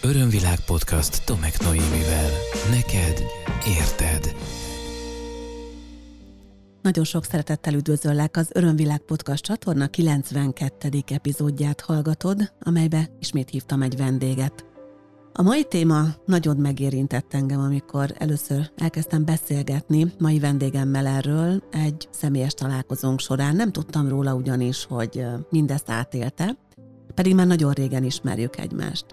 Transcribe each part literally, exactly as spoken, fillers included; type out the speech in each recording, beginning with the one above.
Örömvilág podcast Tomek Noémivel. Neked érted. Nagyon sok szeretettel üdvözöllek, az Örömvilág podcast csatorna kilencvenkettedik epizódját hallgatod, amelybe ismét hívtam egy vendéget. A mai téma nagyon megérintett engem, amikor először elkezdtem beszélgetni mai vendégemmel erről egy személyes találkozónk során. Nem tudtam róla ugyanis, hogy mindezt átélte, pedig már nagyon régen ismerjük egymást.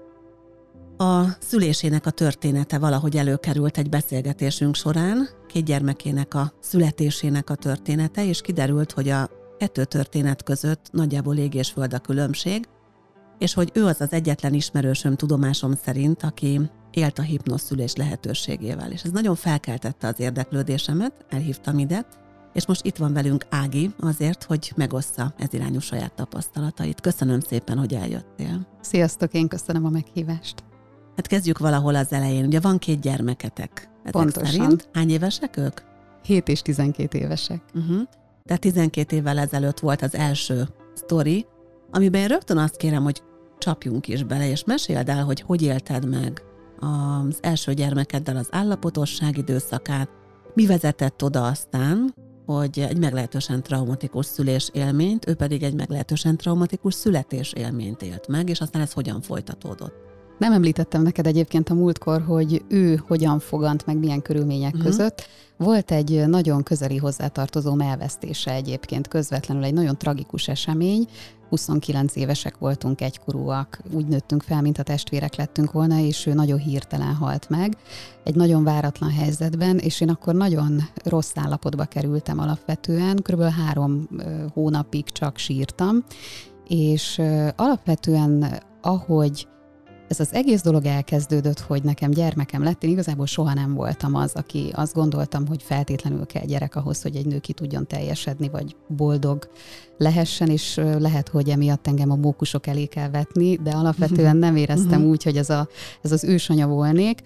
A szülésének a története valahogy előkerült egy beszélgetésünk során, két gyermekének a születésének a története, és kiderült, hogy a kettő történet között nagyjából ég és föld a különbség, és hogy ő az az egyetlen ismerősöm tudomásom szerint, aki élt a hipnoszülés lehetőségével. És ez nagyon felkeltette az érdeklődésemet, elhívtam ide, és most itt van velünk Ági azért, hogy megossza ez irányú saját tapasztalatait. Köszönöm szépen, hogy eljöttél. Sziasztok, én köszönöm a meghívást. Hát kezdjük valahol az elején. Ugye van két gyermeketek. Pontosan. Szerint. Hány évesek ők? hét és tizenkét évesek. Uh-huh. Tehát tizenkét évvel ezelőtt volt az első sztori, amiben én rögtön azt kérem, hogy csapjunk is bele, és meséld el, hogy hogy élted meg az első gyermekeddel az állapotosság időszakát, mi vezetett oda aztán, hogy egy meglehetősen traumatikus szülés élményt, ő pedig egy meglehetősen traumatikus születés élményt élt meg, és aztán ez hogyan folytatódott. Nem említettem neked egyébként a múltkor, hogy ő hogyan fogant meg milyen körülmények uh-huh. között. Volt egy nagyon közeli hozzátartozó elvesztése egyébként közvetlenül, egy nagyon tragikus esemény. huszonkilenc évesek voltunk, egykorúak, úgy nőttünk fel, mint a testvérek lettünk volna, és ő nagyon hirtelen halt meg, egy nagyon váratlan helyzetben, és én akkor nagyon rossz állapotba kerültem alapvetően, körülbelül három hónapig csak sírtam, és alapvetően ahogy ez az egész dolog elkezdődött, hogy nekem gyermekem lett, én igazából soha nem voltam az, aki azt gondoltam, hogy feltétlenül kell gyerek ahhoz, hogy egy nő ki tudjon teljesedni, vagy boldog lehessen, és lehet, hogy emiatt engem a mókusok elé kell vetni, de alapvetően nem éreztem úgy, hogy ez, a, ez az ősanya volnék.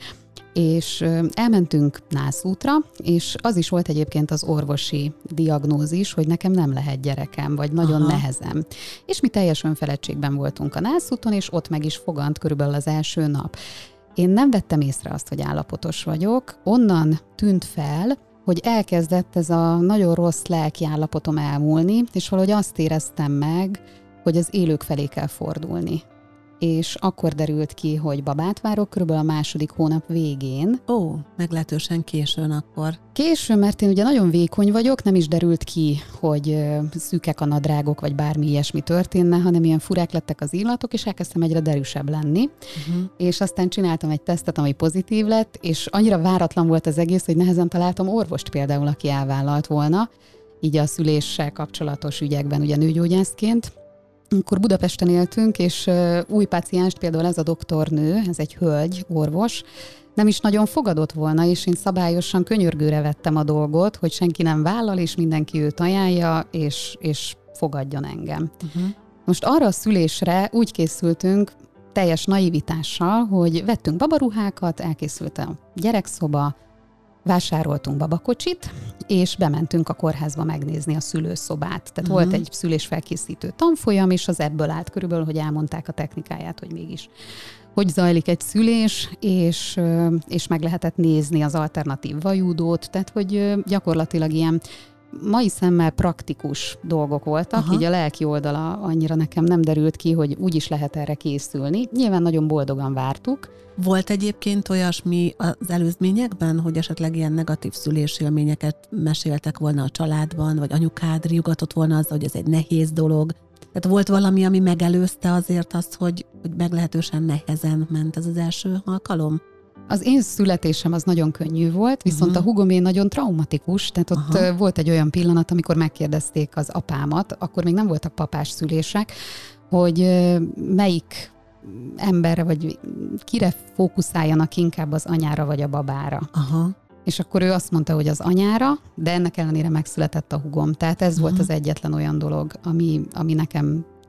És elmentünk nászútra, és az is volt egyébként az orvosi diagnózis, hogy nekem nem lehet gyerekem, vagy nagyon Aha. nehezen. És mi teljes önfeledtségben voltunk a nászúton, és ott meg is fogant körülbelül az első nap. Én nem vettem észre azt, hogy állapotos vagyok, onnan tűnt fel, hogy elkezdett ez a nagyon rossz lelki állapotom elmúlni, és valahogy azt éreztem meg, hogy az élők felé kell fordulni. És akkor derült ki, hogy babát várok, körülbelül a második hónap végén. Ó, meglehetősen későn akkor. Későn, mert én ugye nagyon vékony vagyok, nem is derült ki, hogy szűkek a nadrágok, vagy bármi ilyesmi történne, hanem ilyen furák lettek az illatok, és elkezdtem egyre derűsebb lenni. Uh-huh. És aztán csináltam egy tesztet, ami pozitív lett, és annyira váratlan volt az egész, hogy nehezen találtam orvost például, aki elvállalt volna, így a szüléssel kapcsolatos ügyekben, ugye nőgyógyászként. Akkor Budapesten éltünk, és uh, új pácienst, például ez a doktornő, ez egy hölgy, orvos, nem is nagyon fogadott volna, és én szabályosan könyörgőre vettem a dolgot, hogy senki nem vállal, és mindenki őt ajánlja, és, és fogadjon engem. Uh-huh. Most arra a szülésre úgy készültünk, teljes naivitással, hogy vettünk babaruhákat, elkészült a gyerekszoba, vásároltunk babakocsit, és bementünk a kórházba megnézni a szülőszobát. Tehát uh-huh. volt egy szülésfelkészítő tanfolyam, és az ebből állt körülbelül, hogy elmondták a technikáját, hogy mégis hogy zajlik egy szülés, és, és meg lehetett nézni az alternatív vajúdót, tehát hogy gyakorlatilag ilyen mai szemmel praktikus dolgok voltak, Aha. így a lelki oldala annyira nekem nem derült ki, hogy úgy is lehet erre készülni. Nyilván nagyon boldogan vártuk. Volt egyébként olyasmi az előzményekben, hogy esetleg ilyen negatív szülésélményeket meséltek volna a családban, vagy anyukád riugatott volna azzal, hogy ez egy nehéz dolog? Tehát volt valami, ami megelőzte azért azt, hogy, hogy meglehetősen nehezen ment ez az első alkalom? Az én születésem az nagyon könnyű volt, viszont uh-huh. a húgomé nagyon traumatikus, tehát ott Aha. volt egy olyan pillanat, amikor megkérdezték az apámat, akkor még nem voltak papás szülések, hogy melyik emberre, vagy kire fókuszáljanak inkább, az anyára vagy a babára. Aha. És akkor ő azt mondta, hogy az anyára, de ennek ellenére megszületett a húgom. Tehát ez uh-huh. volt az egyetlen olyan dolog, ami, ami nekem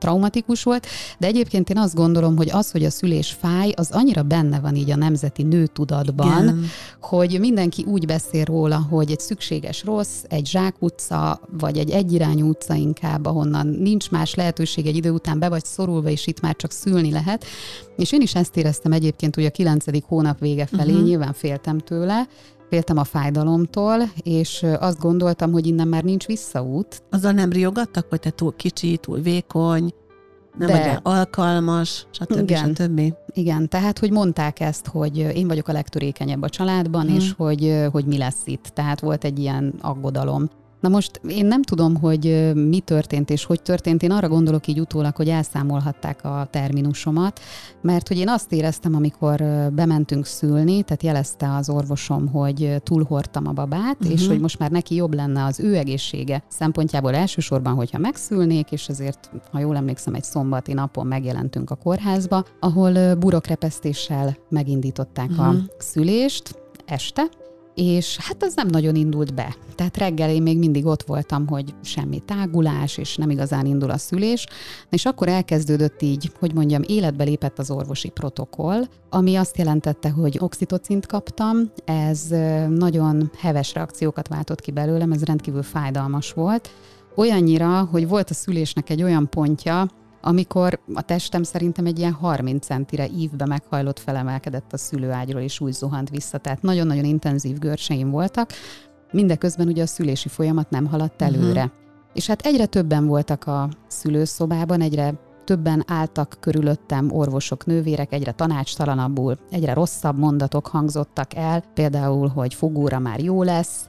traumatikus volt, de egyébként én azt gondolom, hogy az, hogy a szülés fáj, az annyira benne van így a nemzeti nőtudatban, igen, hogy mindenki úgy beszél róla, hogy egy szükséges rossz, egy zsákutca, vagy egy egyirányú utca inkább, ahonnan nincs más lehetőség, egy idő után be vagy szorulva, és itt már csak szülni lehet. És én is ezt éreztem egyébként, hogy a kilencedik hónap vége felé, uh-huh. nyilván féltem tőle, féltem a fájdalomtól, és azt gondoltam, hogy innen már nincs visszaút. Azzal nem riogattak, hogy te túl kicsi, túl vékony, nem De, vagy alkalmas, stb. Igen, stb. Igen, tehát, hogy mondták ezt, hogy én vagyok a legtörékenyebb a családban, hmm. és hogy, hogy mi lesz itt. Tehát volt egy ilyen aggodalom. Na most én nem tudom, hogy mi történt és hogy történt. Én arra gondolok így utólag, hogy elszámolhatták a terminusomat, mert hogy én azt éreztem, amikor bementünk szülni, tehát jelezte az orvosom, hogy túlhordtam a babát, uh-huh. és hogy most már neki jobb lenne az ő egészsége szempontjából elsősorban, hogyha megszülnék, és azért, ha jól emlékszem, egy szombati napon megjelentünk a kórházba, ahol burokrepesztéssel megindították uh-huh. a szülést este, és hát az nem nagyon indult be. Tehát reggel én még mindig ott voltam, hogy semmi tágulás, és nem igazán indul a szülés, és akkor elkezdődött így, hogy mondjam, életbe lépett az orvosi protokoll, ami azt jelentette, hogy oxitocint kaptam, ez nagyon heves reakciókat váltott ki belőlem, ez rendkívül fájdalmas volt, olyannyira, hogy volt a szülésnek egy olyan pontja, amikor a testem szerintem egy ilyen harminc centire ívbe meghajlott, felemelkedett a szülőágyról, és úgy zuhant vissza. Tehát nagyon-nagyon intenzív görcseim voltak. Mindeközben ugye a szülési folyamat nem haladt előre. Uh-huh. És hát egyre többen voltak a szülőszobában, egyre többen álltak körülöttem orvosok, nővérek, egyre tanácstalanabbul, egyre rosszabb mondatok hangzottak el, például, hogy fogóra már jó lesz.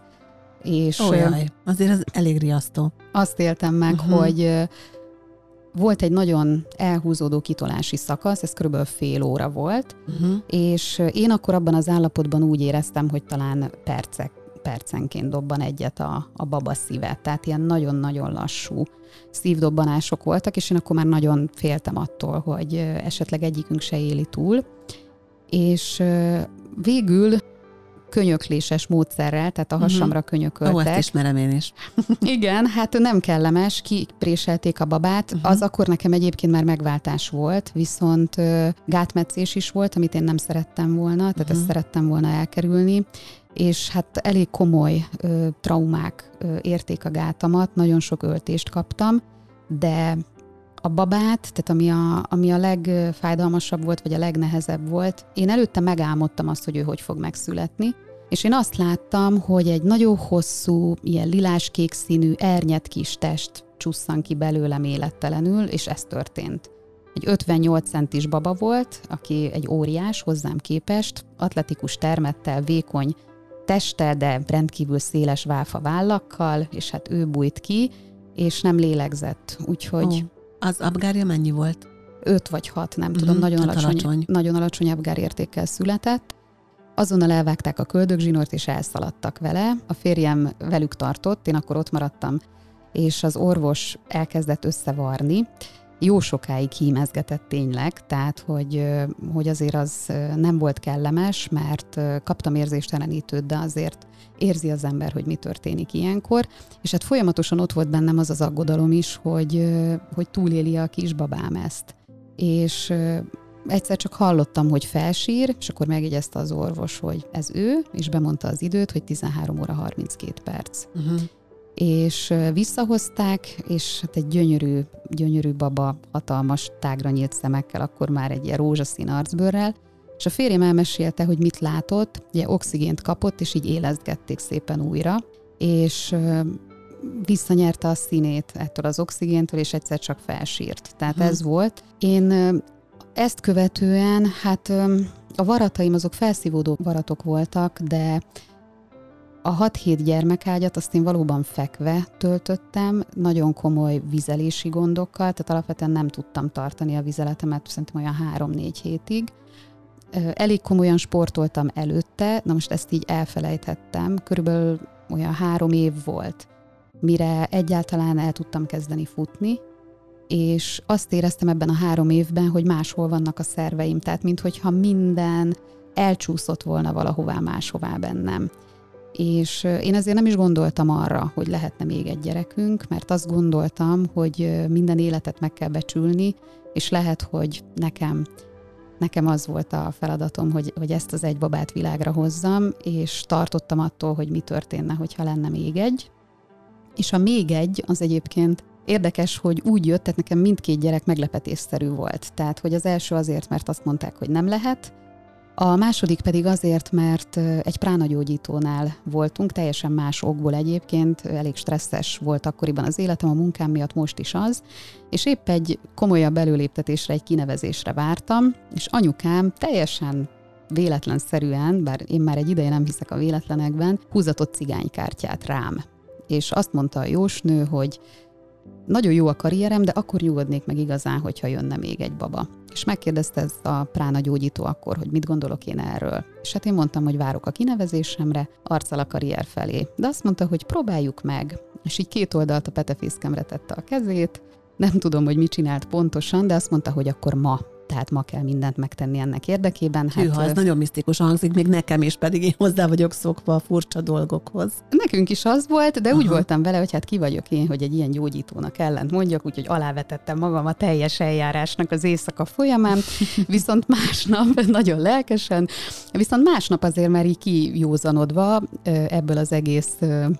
És Ójaj, azért az elég riasztó. Azt éltem meg, uh-huh. hogy volt egy nagyon elhúzódó kitolási szakasz, ez körülbelül fél óra volt, uh-huh. és én akkor abban az állapotban úgy éreztem, hogy talán percek, percenként dobban egyet a, a baba szíve. Tehát ilyen nagyon-nagyon lassú szívdobbanások voltak, és én akkor már nagyon féltem attól, hogy esetleg egyikünk se éli túl. És végül könyökléses módszerrel, tehát a hasamra uh-huh. könyököltek. Ó, ezt ismerem én is. Igen, hát nem kellemes, kipréselték a babát. Uh-huh. Az akkor nekem egyébként már megváltás volt, viszont uh, gátmetszés is volt, amit én nem szerettem volna, tehát uh-huh. ezt szerettem volna elkerülni, és hát elég komoly uh, traumák uh, érték a gátamat, nagyon sok öltést kaptam, de a babát, tehát ami a, ami a legfájdalmasabb volt, vagy a legnehezebb volt, én előtte megálmodtam azt, hogy ő hogy fog megszületni, és én azt láttam, hogy egy nagyon hosszú, ilyen lilás-kék színű, ernyet kis test csusszan ki belőlem élettelenül, és ez történt. Egy ötvennyolc centis baba volt, aki egy óriás, hozzám képest, atletikus termettel, vékony testtel, de rendkívül széles válfa vállakkal, és hát ő bújt ki, és nem lélegzett, úgyhogy... Oh. Az abgárja mennyi volt? öt vagy hat, nem tudom, uh-huh, nagyon, alacsony, alacsony. nagyon alacsony abgárértékkel született. Azonnal elvágták a köldögzsinort, és elszaladtak vele. A férjem velük tartott, én akkor ott maradtam, és az orvos elkezdett összevarni. Jó sokáig hímezgetett tényleg, tehát hogy, hogy azért az nem volt kellemes, mert kaptam érzéstelenítőt, de azért érzi az ember, hogy mi történik ilyenkor, és hát folyamatosan ott volt bennem az az aggodalom is, hogy, hogy túléli a kisbabám ezt. És egyszer csak hallottam, hogy felsír, és akkor megjegyezte az orvos, hogy ez ő, és bemondta az időt, hogy tizenhárom óra harminckét perc. Uh-huh. És visszahozták, és hát egy gyönyörű, gyönyörű baba, hatalmas, tágra nyílt szemekkel, akkor már egy ilyen rózsaszín arcbőrrel, és a férjem elmesélte, hogy mit látott, ugye oxigént kapott, és így élesztgették szépen újra, és visszanyerte a színét ettől az oxigéntől, és egyszer csak felsírt. Tehát hmm. ez volt. Én ezt követően, hát a varataim azok felszívódó varatok voltak, de a hat-hét gyermekágyat azt én valóban fekve töltöttem, nagyon komoly vizelési gondokkal, tehát alapvetően nem tudtam tartani a vizeletemet, szerintem olyan három-négy hétig. Elég komolyan sportoltam előtte, na most ezt így elfelejthettem, körülbelül olyan három év volt, mire egyáltalán el tudtam kezdeni futni, és azt éreztem ebben a három évben, hogy máshol vannak a szerveim, tehát minthogyha minden elcsúszott volna valahová máshová bennem. És én ezért nem is gondoltam arra, hogy lehetne még egy gyerekünk, mert azt gondoltam, hogy minden életet meg kell becsülni, és lehet, hogy nekem, nekem az volt a feladatom, hogy, hogy ezt az egy babát világra hozzam, és tartottam attól, hogy mi történne, hogyha lenne még egy. És a még egy, az egyébként érdekes, hogy úgy jött, tehát nekem mindkét gyerek meglepetésszerű volt. Tehát, hogy az első azért, mert azt mondták, hogy nem lehet, a második pedig azért, mert egy pránagyógyítónál voltunk, teljesen más okból egyébként, elég stresszes volt akkoriban az életem, a munkám miatt most is az, és épp egy komolyabb előléptetésre, egy kinevezésre vártam, és anyukám teljesen véletlenszerűen, bár én már egy ideje nem hiszek a véletlenekben, húzatott cigánykártyát rám. És azt mondta a jósnő, hogy nagyon jó a karrierem, de akkor nyugodnék meg igazán, hogyha jönne még egy baba. És megkérdezte ez a pránagyógyító akkor, hogy mit gondolok én erről. És hát én mondtam, hogy várok a kinevezésemre, arccal a karrier felé. De azt mondta, hogy próbáljuk meg. És így két oldalt a petefészkemre tette a kezét. Nem tudom, hogy mit csinált pontosan, de azt mondta, hogy akkor ma. Tehát ma kell mindent megtenni ennek érdekében. Hát, Hűha, ez nagyon misztikus hangzik, még nekem is, pedig én hozzá vagyok szokva a furcsa dolgokhoz. Nekünk is az volt, de Aha. úgy voltam vele, hogy hát ki vagyok én, hogy egy ilyen gyógyítónak ellent mondjak, úgyhogy alávetettem magam a teljes eljárásnak az éjszaka folyamán, viszont másnap, nagyon lelkesen, viszont másnap azért már így kijózanodva ebből az egész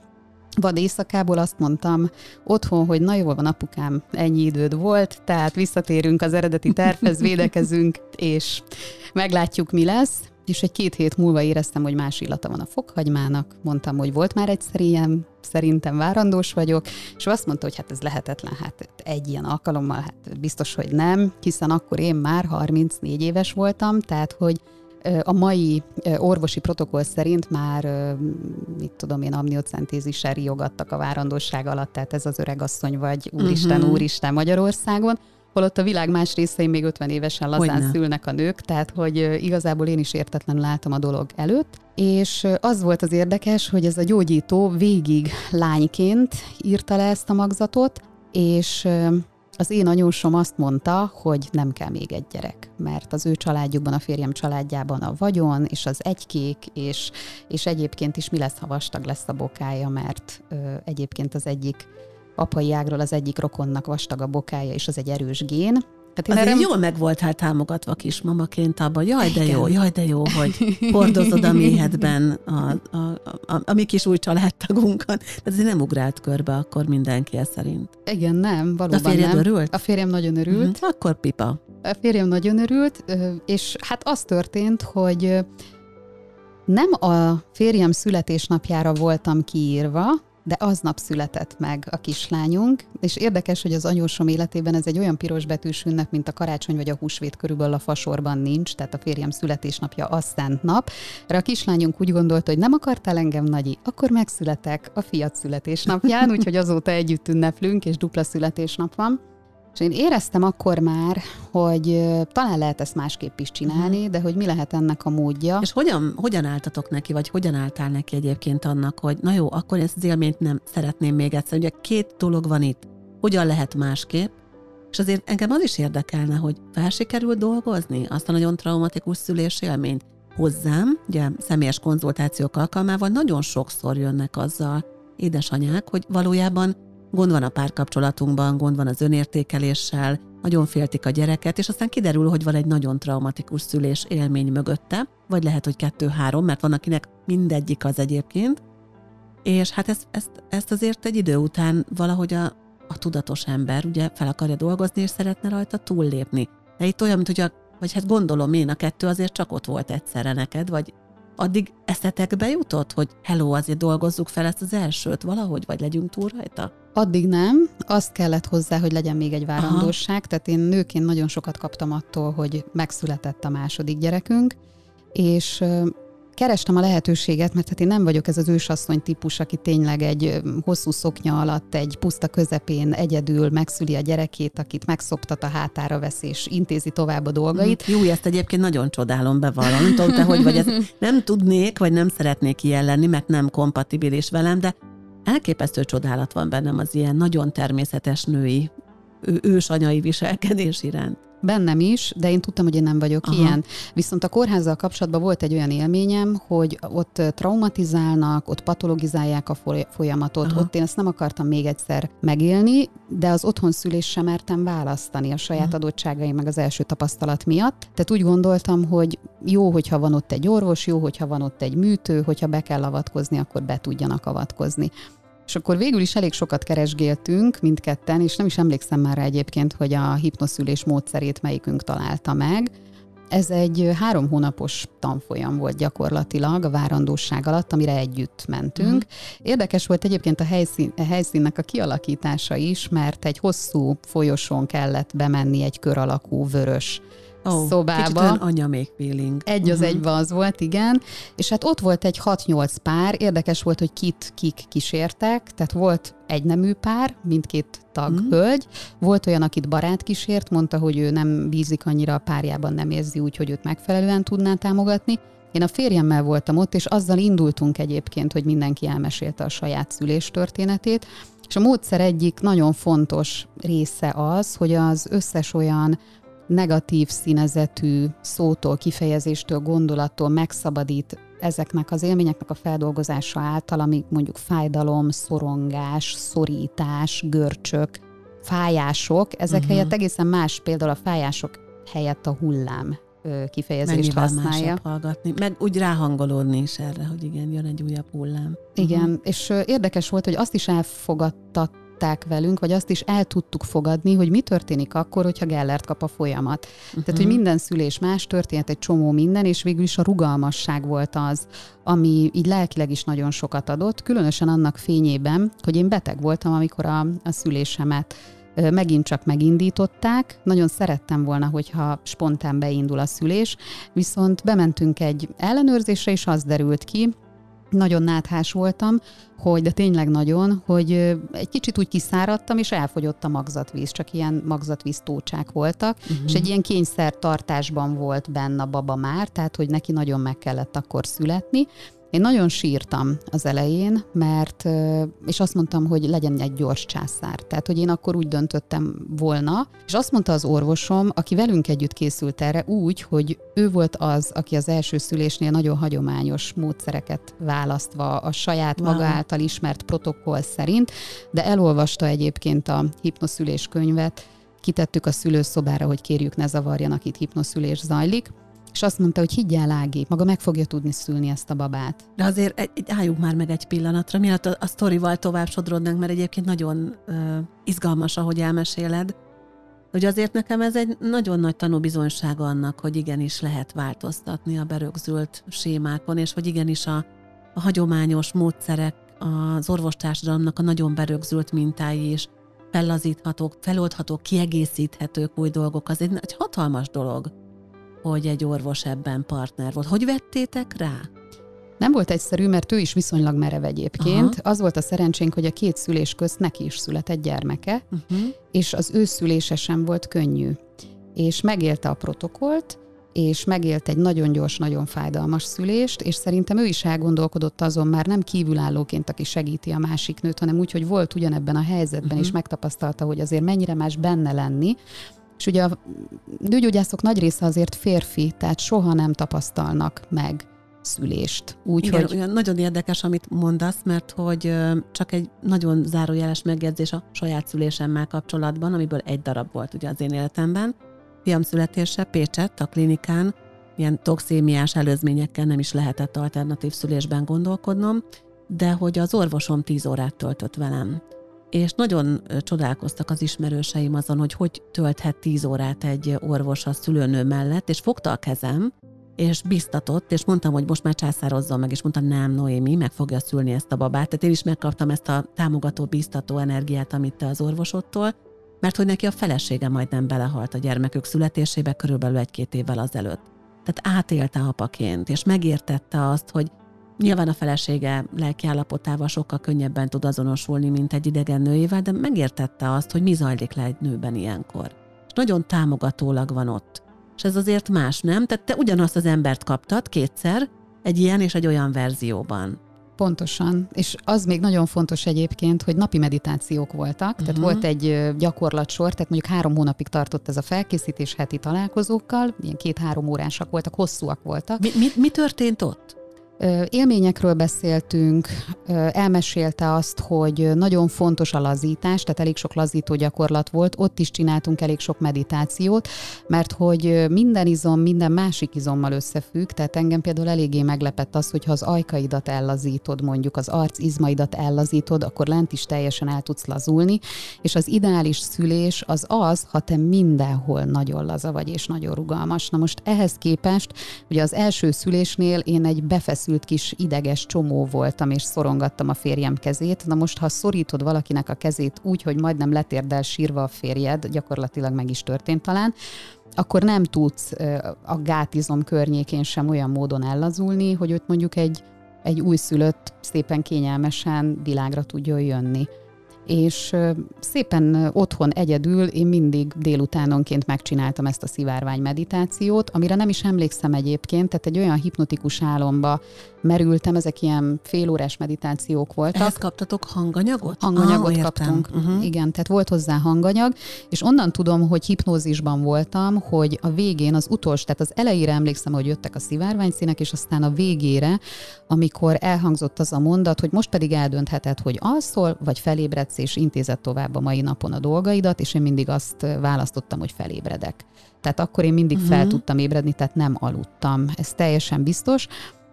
vad éjszakából azt mondtam otthon, hogy na jól van apukám, ennyi időd volt, tehát visszatérünk az eredeti tervhez, védekezünk, és meglátjuk, mi lesz. És egy két hét múlva éreztem, hogy más illata van a fokhagymának, mondtam, hogy volt már egyszer ilyen, szerintem várandós vagyok, és azt mondta, hogy hát ez lehetetlen, hát egy ilyen alkalommal, hát biztos, hogy nem, hiszen akkor én már harmincnégy éves voltam, tehát hogy a mai orvosi protokoll szerint már, mit tudom én, amniocentézissel riogattak a várandóság alatt, tehát ez az öregasszony vagy úristen, uh-huh. úristen Magyarországon, holott a világ más részein még ötven évesen lazán Hogyne. szülnek a nők, tehát hogy igazából én is értetlenül álltam a dolog előtt. És az volt az érdekes, hogy ez a gyógyító végig lányként írta le ezt a magzatot, és az én anyósom azt mondta, hogy nem kell még egy gyerek, mert az ő családjukban, a férjem családjában a vagyon, és az egykék, és, és egyébként is mi lesz, ha vastag lesz a bokája, mert ö, egyébként az egyik apai ágról az egyik rokonnak vastag a bokája, és az egy erős gén. Tehát azért erre... jól meg voltál támogatva kismamaként abban, jaj de jó, jaj de jó, hogy hordozod a méhedben a, a, a, a, a mi kis új családtagunkat. Tehát azért nem ugrált körbe akkor mindenki ez szerint. Igen, nem, valóban a férjed nem. örült? A férjem nagyon örült. Uh-huh. Akkor pipa. A férjem nagyon örült, és hát az történt, hogy nem a férjem születésnapjára voltam kiírva, de aznap született meg a kislányunk, és érdekes, hogy az anyósom életében ez egy olyan pirosbetűs ünnep, mint a karácsony vagy a húsvét, körülbelül a fasorban nincs, tehát a férjem születésnapja a szent nap. Erre a kislányunk úgy gondolta, hogy nem akartál engem, Nagyi, akkor megszületek a fiat születésnapján, úgyhogy azóta együtt ünneplünk, és dupla születésnap van. És én éreztem akkor már, hogy talán lehet ezt másképp is csinálni, de hogy mi lehet ennek a módja. És hogyan, hogyan álltatok neki, vagy hogyan álltál neki egyébként annak, hogy na jó, akkor ezt az élményt nem szeretném még egyszer. Ugye két dolog van itt. Hogyan lehet másképp? És azért engem az is érdekelne, hogy fel sikerült dolgozni azt a nagyon traumatikus szülés élményt. Hozzám, ugye személyes konzultációk alkalmával nagyon sokszor jönnek azzal édesanyák, hogy valójában gond van a párkapcsolatunkban, gond van az önértékeléssel, nagyon féltik a gyereket, és aztán kiderül, hogy van egy nagyon traumatikus szülés élmény mögötte, vagy lehet, hogy kettő-három, mert van, akinek mindegyik az egyébként, és hát ezt, ezt, ezt azért egy idő után valahogy a, a tudatos ember ugye fel akarja dolgozni, és szeretne rajta túllépni. De itt olyan, mint hogy a, vagy hát gondolom én, a kettő azért csak ott volt egyszerre neked, vagy addig eszetekbe jutott, hogy hello, azért dolgozzuk fel ezt az elsőt valahogy, vagy legyünk túl rajta? Addig nem. Azt kellett hozzá, hogy legyen még egy várandóság. Aha. Tehát én nőként nagyon sokat kaptam attól, hogy megszületett a második gyerekünk, és kerestem a lehetőséget, mert hát én nem vagyok ez az ősasszony típus, aki tényleg egy hosszú szoknya alatt, egy puszta közepén egyedül megszüli a gyerekét, akit megszoptat a hátára vesz, és intézi tovább a dolgait. Jó, ezt egyébként nagyon csodálom, bevallom. Nem tudom, te hogy vagy, ez nem tudnék, vagy nem szeretnék ilyen lenni, mert nem kompatibilis velem, de elképesztő csodálat van bennem az ilyen nagyon természetes női, ő, ősanyai viselkedés iránt. bennem is, de én tudtam, hogy én nem vagyok Aha. ilyen. Viszont a kórházzal kapcsolatban volt egy olyan élményem, hogy ott traumatizálnak, ott patologizálják a folyamatot, Aha. ott én ezt nem akartam még egyszer megélni, de az otthonszülést sem mertem választani a saját Aha. adottságaim meg az első tapasztalat miatt. Tehát úgy gondoltam, hogy jó, hogyha van ott egy orvos, jó, hogyha van ott egy műtő, hogyha be kell avatkozni, akkor be tudjanak avatkozni. És akkor végül is elég sokat keresgéltünk mindketten, és nem is emlékszem már rá egyébként, hogy a hipnoszülés módszerét melyikünk találta meg. Ez egy három hónapos tanfolyam volt gyakorlatilag a várandóság alatt, amire együtt mentünk. Uh-huh. Érdekes volt egyébként a, helyszín, a helyszínnek a kialakítása is, mert egy hosszú folyosón kellett bemenni egy kör alakú vörös Oh, szobába. Kicsit olyan anyamék feeling. Egy az uh-huh. egyben az volt, igen. És hát ott volt egy hat-nyolc pár, érdekes volt, hogy kit kik kísértek, tehát volt egy nemű pár, mindkét tag uh-huh. hölgy, volt olyan, akit barát kísért, mondta, hogy ő nem bízik annyira a párjában, nem érzi úgy, hogy őt megfelelően tudná támogatni. Én a férjemmel voltam ott, és azzal indultunk egyébként, hogy mindenki elmesélte a saját szülés történetét, és a módszer egyik nagyon fontos része az, hogy az összes olyan negatív színezetű szótól, kifejezéstől, gondolattól megszabadít ezeknek az élményeknek a feldolgozása által, amik mondjuk fájdalom, szorongás, szorítás, görcsök, fájások, ezek uh-huh. helyett egészen más, például a fájások helyett a hullám kifejezést mennyivel használja. Hallgatni, meg úgy ráhangolódni is erre, hogy igen, jön egy újabb hullám. Igen, uh-huh. és érdekes volt, hogy azt is elfogadtat velünk, vagy azt is el tudtuk fogadni, hogy mi történik akkor, hogyha Gellert kap a folyamat. Uh-huh. Tehát, hogy minden szülés más, történt egy csomó minden, és végül is a rugalmasság volt az, ami így lelkileg is nagyon sokat adott, különösen annak fényében, hogy én beteg voltam, amikor a, a szülésemet megint csak megindították. Nagyon szerettem volna, hogyha spontán beindul a szülés, viszont bementünk egy ellenőrzésre, és az derült ki, nagyon náthás voltam, hogy, de tényleg nagyon, hogy egy kicsit úgy kiszáradtam, és elfogyott a magzatvíz, csak ilyen magzatvíz tócsák voltak, uh-huh. és egy ilyen kényszertartásban volt benne a baba már, tehát, hogy neki nagyon meg kellett akkor születni. Én nagyon sírtam az elején, mert, és azt mondtam, hogy legyen egy gyors császár. Tehát, hogy én akkor úgy döntöttem volna, és azt mondta az orvosom, aki velünk együtt készült erre úgy, hogy ő volt az, aki az első szülésnél nagyon hagyományos módszereket választva a saját wow. maga által ismert protokoll szerint, de elolvasta egyébként a hipnoszülés könyvet, kitettük a szülőszobára, hogy kérjük, ne zavarjanak, itt hipnoszülés zajlik, és azt mondta, hogy higgyel, Ági, maga meg fogja tudni szülni ezt a babát. De azért egy, egy, álljunk már meg egy pillanatra, mielőtt a, a sztorival tovább sodrodnánk, mert egyébként nagyon uh, izgalmas, ahogy elmeséled, hogy azért nekem ez egy nagyon nagy tanúbizonysága annak, hogy igenis lehet változtatni a berögzült sémákon, és hogy igenis a, a hagyományos módszerek, az orvostársadalomnak a nagyon berögzült mintái is fellazíthatók, feloldhatók, kiegészíthetők új dolgok. Az egy, egy hatalmas dolog, hogy egy orvos ebben partner volt. Hogy vettétek rá? Nem volt egyszerű, mert ő is viszonylag merev egyébként. Aha. Az volt a szerencsénk, hogy a két szülés közt neki is született gyermeke, uh-huh. és az ő szülése sem volt könnyű. És megélte a protokollt, és megélt egy nagyon gyors, nagyon fájdalmas szülést, és szerintem ő is elgondolkodott azon már nem kívülállóként, aki segíti a másik nőt, hanem úgy, hogy volt ugyanebben a helyzetben, uh-huh. és megtapasztalta, hogy azért mennyire más benne lenni. És ugye a nőgyógyászok nagy része azért férfi, tehát soha nem tapasztalnak meg szülést. Úgy, igen, hogy... olyan nagyon érdekes, amit mondasz, mert hogy csak egy nagyon zárójeles megjegyzés a saját szülésemmel kapcsolatban, amiből egy darab volt ugye az én életemben. Fiam születése Pécsett, a klinikán, ilyen toxémiás előzményekkel nem is lehetett alternatív szülésben gondolkodnom, de hogy az orvosom tíz órát töltött velem. És nagyon csodálkoztak az ismerőseim azon, hogy hogy tölthet tíz órát egy orvos a szülőnő mellett, és fogta a kezem, és biztatott, és mondtam, hogy most már császározzon meg, és mondta, nem, Noémi, meg fogja szülni ezt a babát. Tehát én is megkaptam ezt a támogató, biztató energiát, amit te az orvosodtól, mert hogy neki a felesége majdnem belehalt a gyermekük születésébe körülbelül egy-két évvel azelőtt. Tehát átélte apaként, és megértette azt, hogy nyilván a felesége lelkiállapotával sokkal könnyebben tud azonosulni, mint egy idegen nőjével, de megértette azt, hogy mi zajlik le egy nőben ilyenkor. És nagyon támogatólag van ott. És ez azért más, nem? Tehát te ugyanazt az embert kaptad kétszer, egy ilyen és egy olyan verzióban. Pontosan. És az még nagyon fontos egyébként, hogy napi meditációk voltak, uh-huh. tehát volt egy gyakorlatsor, tehát mondjuk három hónapig tartott ez a felkészítés heti találkozókkal, ilyen két-három órásak voltak, hosszúak voltak. Mi, mi, mi történt ott? Élményekről beszéltünk, elmesélte azt, hogy nagyon fontos a lazítás, tehát elég sok lazító gyakorlat volt, ott is csináltunk elég sok meditációt, mert hogy minden izom minden másik izommal összefügg, tehát engem például eléggé meglepett az, hogyha az ajkaidat ellazítod, mondjuk az arc izmaidat ellazítod, akkor lent is teljesen el tudsz lazulni, és az ideális szülés az az, ha te mindenhol nagyon laza vagy és nagyon rugalmas. Na most ehhez képest, ugye az első szülésnél én egy befeszült kis ideges csomó voltam, és szorongattam a férjem kezét. Na most, ha szorítod valakinek a kezét úgy, hogy majdnem letérdel sírva a férjed, gyakorlatilag meg is történt talán, akkor nem tudsz a gátizom környékén sem olyan módon ellazulni, hogy ott mondjuk egy, egy újszülött szépen kényelmesen világra tudjon jönni. És szépen otthon egyedül én mindig délutánonként megcsináltam ezt a szivárvány meditációt, amire nem is emlékszem egyébként, tehát egy olyan hipnotikus álomba merültem, ezek ilyen félórás meditációk voltak. Ehhez kaptatok hanganyagot? Hanganyagot ah, kaptunk. Uh-huh. Igen, tehát volt hozzá hanganyag, és onnan tudom, hogy hipnózisban voltam, hogy a végén az utolsó, tehát az elejére emlékszem, hogy jöttek a szivárványszínek, és aztán a végére, amikor elhangzott az a mondat, hogy most pedig eldöntheted, hogy alszol, vagy felébredsz, és intézed tovább a mai napon a dolgaidat, és én mindig azt választottam, hogy felébredek. Tehát akkor én mindig uh-huh. fel tudtam ébredni, tehát nem aludtam. Ez teljesen biztos.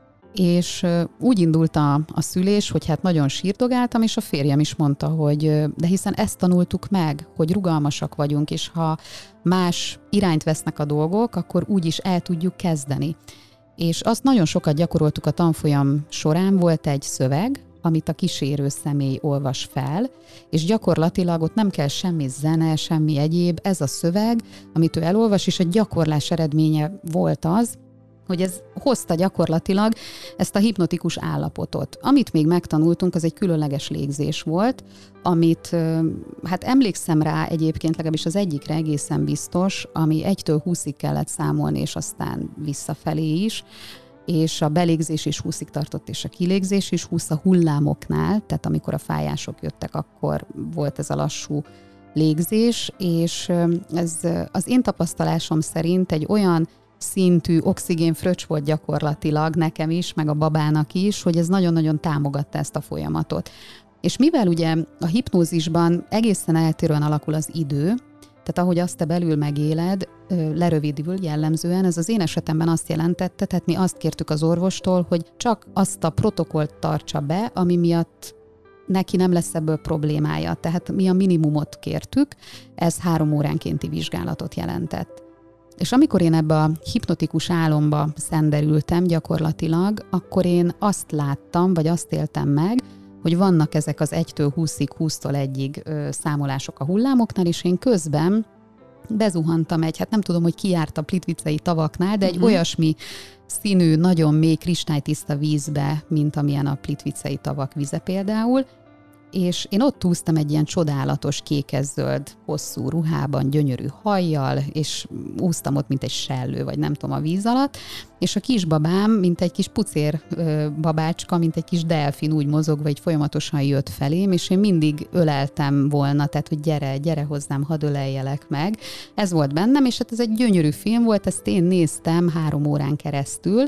És úgy indult a, a szülés, hogy hát nagyon sírdogáltam, és a férjem is mondta, hogy de hiszen ezt tanultuk meg, hogy rugalmasak vagyunk, és ha más irányt vesznek a dolgok, akkor úgy is el tudjuk kezdeni. És azt nagyon sokat gyakoroltuk a tanfolyam során, volt egy szöveg, amit a kísérő személy olvas fel, és gyakorlatilag ott nem kell semmi zene, semmi egyéb, ez a szöveg, amit ő elolvas, és a gyakorlás eredménye volt az, hogy ez hozta gyakorlatilag ezt a hipnotikus állapotot. Amit még megtanultunk, az egy különleges légzés volt, amit, hát emlékszem rá egyébként, legalábbis az egyikre egészen biztos, ami egytől húszig kellett számolni, és aztán visszafelé is, és a belégzés is húszig tartott, és a kilégzés is húsz a hullámoknál, tehát amikor a fájások jöttek, akkor volt ez a lassú légzés, és ez az én tapasztalásom szerint egy olyan szintű oxigénfröccs volt gyakorlatilag nekem is, meg a babának is, hogy ez nagyon-nagyon támogatta ezt a folyamatot. És mivel ugye a hipnózisban egészen eltérően alakul az idő, tehát ahogy azt te belül megéled, lerövidül jellemzően, ez az én esetemben azt jelentette, tehát mi azt kértük az orvostól, hogy csak azt a protokollt tartsa be, ami miatt neki nem lesz ebből problémája. Tehát mi a minimumot kértük, ez három óránkénti vizsgálatot jelentett. És amikor én ebbe a hipnotikus álomba szenderültem gyakorlatilag, akkor én azt láttam, vagy azt éltem meg, hogy vannak ezek az egytől húszig, húsztól egyig ö, számolások a hullámoknál, és én közben bezuhantam egy, hát nem tudom, hogy ki járt a Plitvicei tavaknál, de egy uh-huh. olyasmi színű, nagyon mély, kristálytiszta vízbe, mint amilyen a Plitvicei tavak vize például, és én ott úsztam egy ilyen csodálatos kékes-zöld hosszú ruhában, gyönyörű hajjal, és úsztam ott, mint egy sellő, vagy nem tudom, a víz alatt, és a kisbabám, mint egy kis pucér babácska, mint egy kis delfin úgy mozogva, így folyamatosan jött felém, és én mindig öleltem volna, tehát, hogy gyere, gyere hozzám, hadd öleljelek meg. Ez volt bennem, és hát ez egy gyönyörű film volt, ezt én néztem három órán keresztül,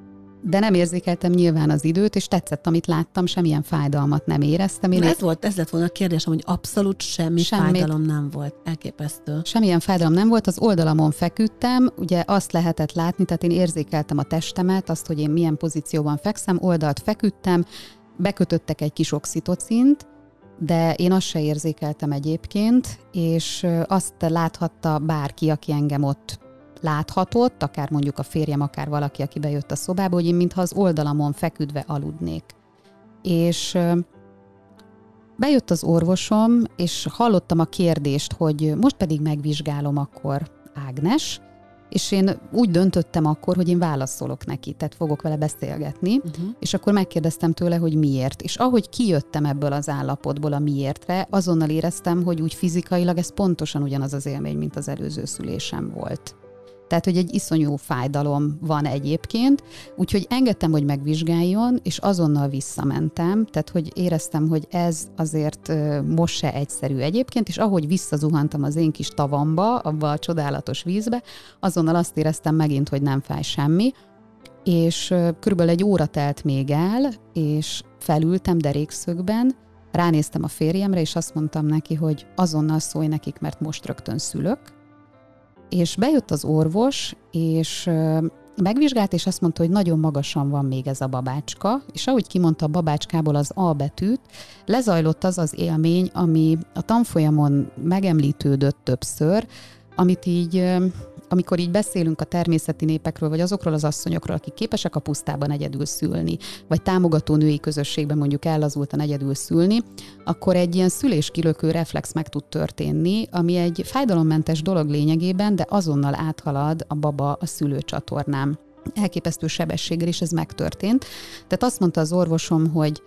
de nem érzékeltem nyilván az időt, és tetszett, amit láttam, semmilyen fájdalmat nem éreztem. Én ez, volt, ez lett volna a kérdésem, hogy abszolút semmi Semmit. fájdalom nem volt. Elképesztő. Semmilyen fájdalom nem volt, az oldalamon feküdtem, ugye azt lehetett látni, tehát én érzékeltem a testemet, azt, hogy én milyen pozícióban fekszem, oldalt feküdtem, bekötöttek egy kis oxitocint, de én azt se érzékeltem egyébként, és azt láthatta bárki, aki engem ott láthatott, akár mondjuk a férjem, akár valaki, aki bejött a szobába, hogy én mintha az oldalamon feküdve aludnék. És bejött az orvosom, és hallottam a kérdést, hogy most pedig megvizsgálom akkor Ágnes, és én úgy döntöttem akkor, hogy én válaszolok neki, tehát fogok vele beszélgetni, uh-huh. és akkor megkérdeztem tőle, hogy miért. És ahogy kijöttem ebből az állapotból a miértre, azonnal éreztem, hogy úgy fizikailag ez pontosan ugyanaz az élmény, mint az előző szülésem volt. Tehát, hogy egy iszonyú fájdalom van egyébként, úgyhogy engedtem, hogy megvizsgáljon, és azonnal visszamentem, tehát, hogy éreztem, hogy ez azért most se egyszerű egyébként, és ahogy visszazuhantam az én kis tavamba, abba a csodálatos vízbe, azonnal azt éreztem megint, hogy nem fáj semmi, és körülbelül egy óra telt még el, és felültem derékszögben, ránéztem a férjemre, és azt mondtam neki, hogy azonnal szólj nekik, mert most rögtön szülök. És bejött az orvos, és megvizsgált, és azt mondta, hogy nagyon magasan van még ez a babácska, és ahogy kimondta a babácskából az A betűt, lezajlott az az élmény, ami a tanfolyamon megemlítődött többször, amit így, amikor így beszélünk a természeti népekről, vagy azokról az asszonyokról, akik képesek a pusztában egyedül szülni, vagy támogató női közösségben mondjuk ellazultan egyedül szülni, akkor egy ilyen szüléskilökő reflex meg tud történni, ami egy fájdalommentes dolog lényegében, de azonnal áthalad a baba a szülőcsatornán. Elképesztő sebességgel is ez megtörtént. Tehát azt mondta az orvosom, hogy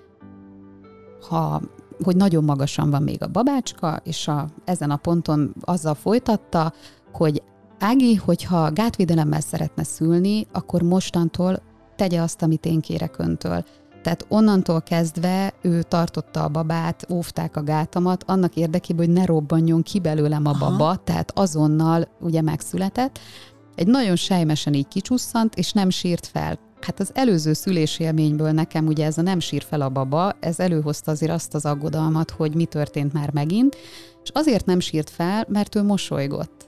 ha hogy nagyon magasan van még a babácska, és a, ezen a ponton azzal folytatta, hogy Ági, hogyha gátvédelemmel szeretne szülni, akkor mostantól tegye azt, amit én kérek öntől. Tehát onnantól kezdve ő tartotta a babát, óvták a gátamat, annak érdekében, hogy ne robbanjon ki belőlem a baba, aha, tehát azonnal ugye megszületett. Egy nagyon sejmesen így kicsusszant, és nem sírt fel. Hát az előző szülésélményből nekem ugye ez a nem sír fel a baba, ez előhozta azért azt az aggodalmat, hogy mi történt már megint, és azért nem sírt fel, mert ő mosolygott.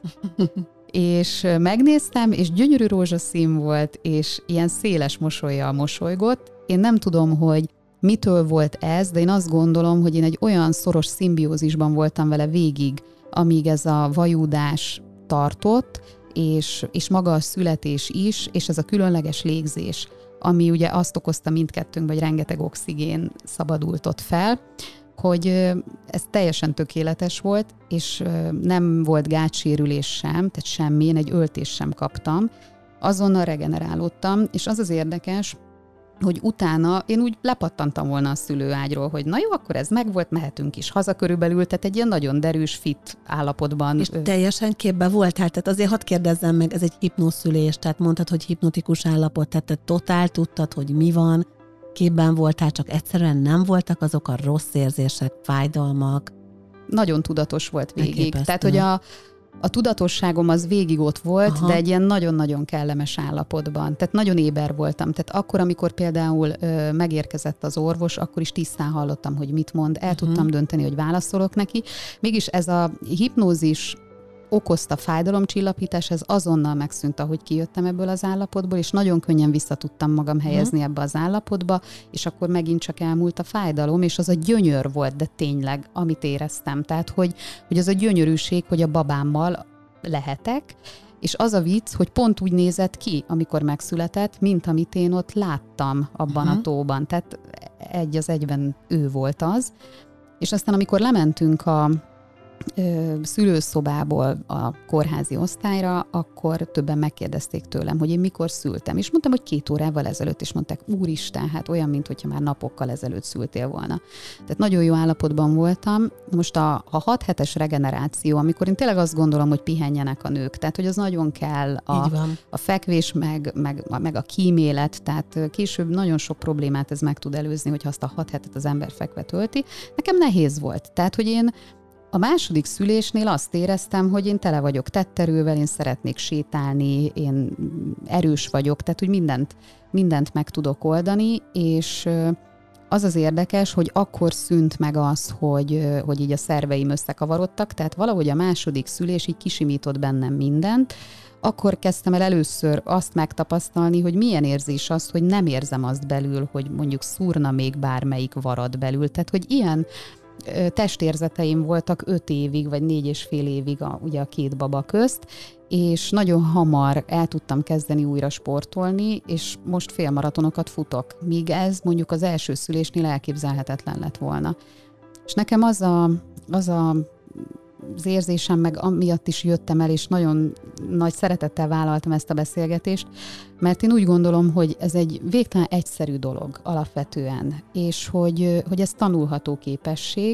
És megnéztem, és gyönyörű rózsaszín volt, és ilyen széles mosollyal mosolygott. Én nem tudom, hogy mitől volt ez, de én azt gondolom, hogy én egy olyan szoros szimbiózisban voltam vele végig, amíg ez a vajúdás tartott, és, és maga a születés is, és ez a különleges légzés, ami ugye azt okozta mindkettőnkben, hogy rengeteg oxigén szabadult ott fel, hogy ez teljesen tökéletes volt, és nem volt gátsérülés sem, tehát semmi, én egy öltést sem kaptam. Azonnal regenerálódtam, és az az érdekes, hogy utána én úgy lepattantam volna a szülőágyról, hogy na jó, akkor ez megvolt, mehetünk is haza körülbelül, tehát egy ilyen nagyon derűs, fit állapotban. És teljesen képbe voltál, tehát azért hadd kérdezzem meg, ez egy hipnoszülés, tehát mondtad, hogy hipnotikus állapot, tehát te totál tudtad, hogy mi van, képben voltál, csak egyszerűen nem voltak azok a rossz érzések, fájdalmak. Nagyon tudatos volt végig. Elképesztő. Tehát, hogy a A tudatosságom az végig ott volt, aha, de egy ilyen nagyon-nagyon kellemes állapotban. Tehát nagyon éber voltam. Tehát akkor, amikor például ö, megérkezett az orvos, akkor is tisztán hallottam, hogy mit mond, el uh-huh. tudtam dönteni, hogy válaszolok neki. Mégis ez a hipnózis okozta fájdalomcsillapítás, ez azonnal megszűnt, ahogy kijöttem ebből az állapotból, és nagyon könnyen vissza tudtam magam helyezni uh-huh. ebbe az állapotba, és akkor megint csak elmúlt a fájdalom, és az a gyönyör volt, de tényleg, amit éreztem. Tehát, hogy, hogy az a gyönyörűség, hogy a babámmal lehetek, és az a vicc, hogy pont úgy nézett ki, amikor megszületett, mint amit én ott láttam abban uh-huh. a tóban. Tehát egy az egyben ő volt az. És aztán, amikor lementünk a szülőszobából a kórházi osztályra, akkor többen megkérdezték tőlem, hogy én mikor szültem. És mondtam, hogy két órával ezelőtt, és mondták, úristen, hát olyan, mint hogyha már napokkal ezelőtt szültél volna. Tehát nagyon jó állapotban voltam. Most a, a hat hetes regeneráció, amikor én tényleg azt gondolom, hogy pihenjenek a nők, tehát hogy az nagyon kell a, a fekvés, meg, meg, meg a kímélet, tehát később nagyon sok problémát ez meg tud előzni, hogyha azt a hat hetet az ember fekve tölti. Nekem nehéz volt. Tehát, hogy én a második szülésnél azt éreztem, hogy én tele vagyok tetterővel, én szeretnék sétálni, én erős vagyok, tehát hogy mindent, mindent meg tudok oldani, és az az érdekes, hogy akkor szűnt meg az, hogy, hogy így a szerveim összekavarodtak, tehát valahogy a második szülés így kisimított bennem mindent, akkor kezdtem el először azt megtapasztalni, hogy milyen érzés az, hogy nem érzem azt belül, hogy mondjuk szúrna még bármelyik varad belül, tehát hogy ilyen testérzeteim voltak öt évig, vagy négy és fél évig a, ugye a két baba közt, és nagyon hamar el tudtam kezdeni újra sportolni, és most félmaratonokat futok, míg ez mondjuk az első szülésnél elképzelhetetlen lett volna. És nekem az a, az a az érzésem, meg amiatt is jöttem el, és nagyon nagy szeretettel vállaltam ezt a beszélgetést, mert én úgy gondolom, hogy ez egy végtelen egyszerű dolog alapvetően, és hogy, hogy ez tanulható képesség,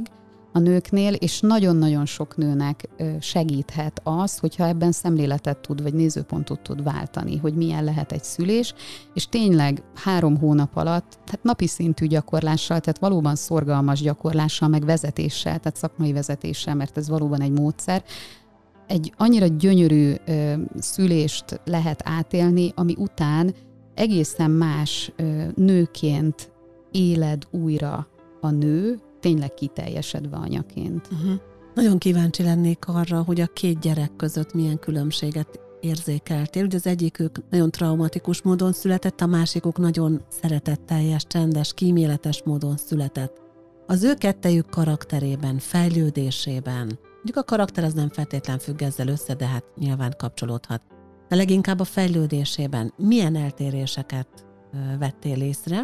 a nőknél, és nagyon-nagyon sok nőnek segíthet az, hogyha ebben szemléletet tud, vagy nézőpontot tud váltani, hogy milyen lehet egy szülés, és tényleg három hónap alatt, tehát napi szintű gyakorlással, tehát valóban szorgalmas gyakorlással, meg vezetéssel, tehát szakmai vezetéssel, mert ez valóban egy módszer, egy annyira gyönyörű ö, szülést lehet átélni, ami után egészen más ö, nőként éled újra a nő, tényleg kiteljesedve anyaként. Uh-huh. Nagyon kíváncsi lennék arra, hogy a két gyerek között milyen különbséget érzékeltél. Ugye az egyikük nagyon traumatikus módon született, a másikuk nagyon szeretetteljes, csendes, kíméletes módon született. Az ő kettejük karakterében, fejlődésében, mondjuk a karakter az nem feltétlen függ ezzel össze, de hát nyilván kapcsolódhat. De leginkább a fejlődésében milyen eltéréseket ö, vettél észre,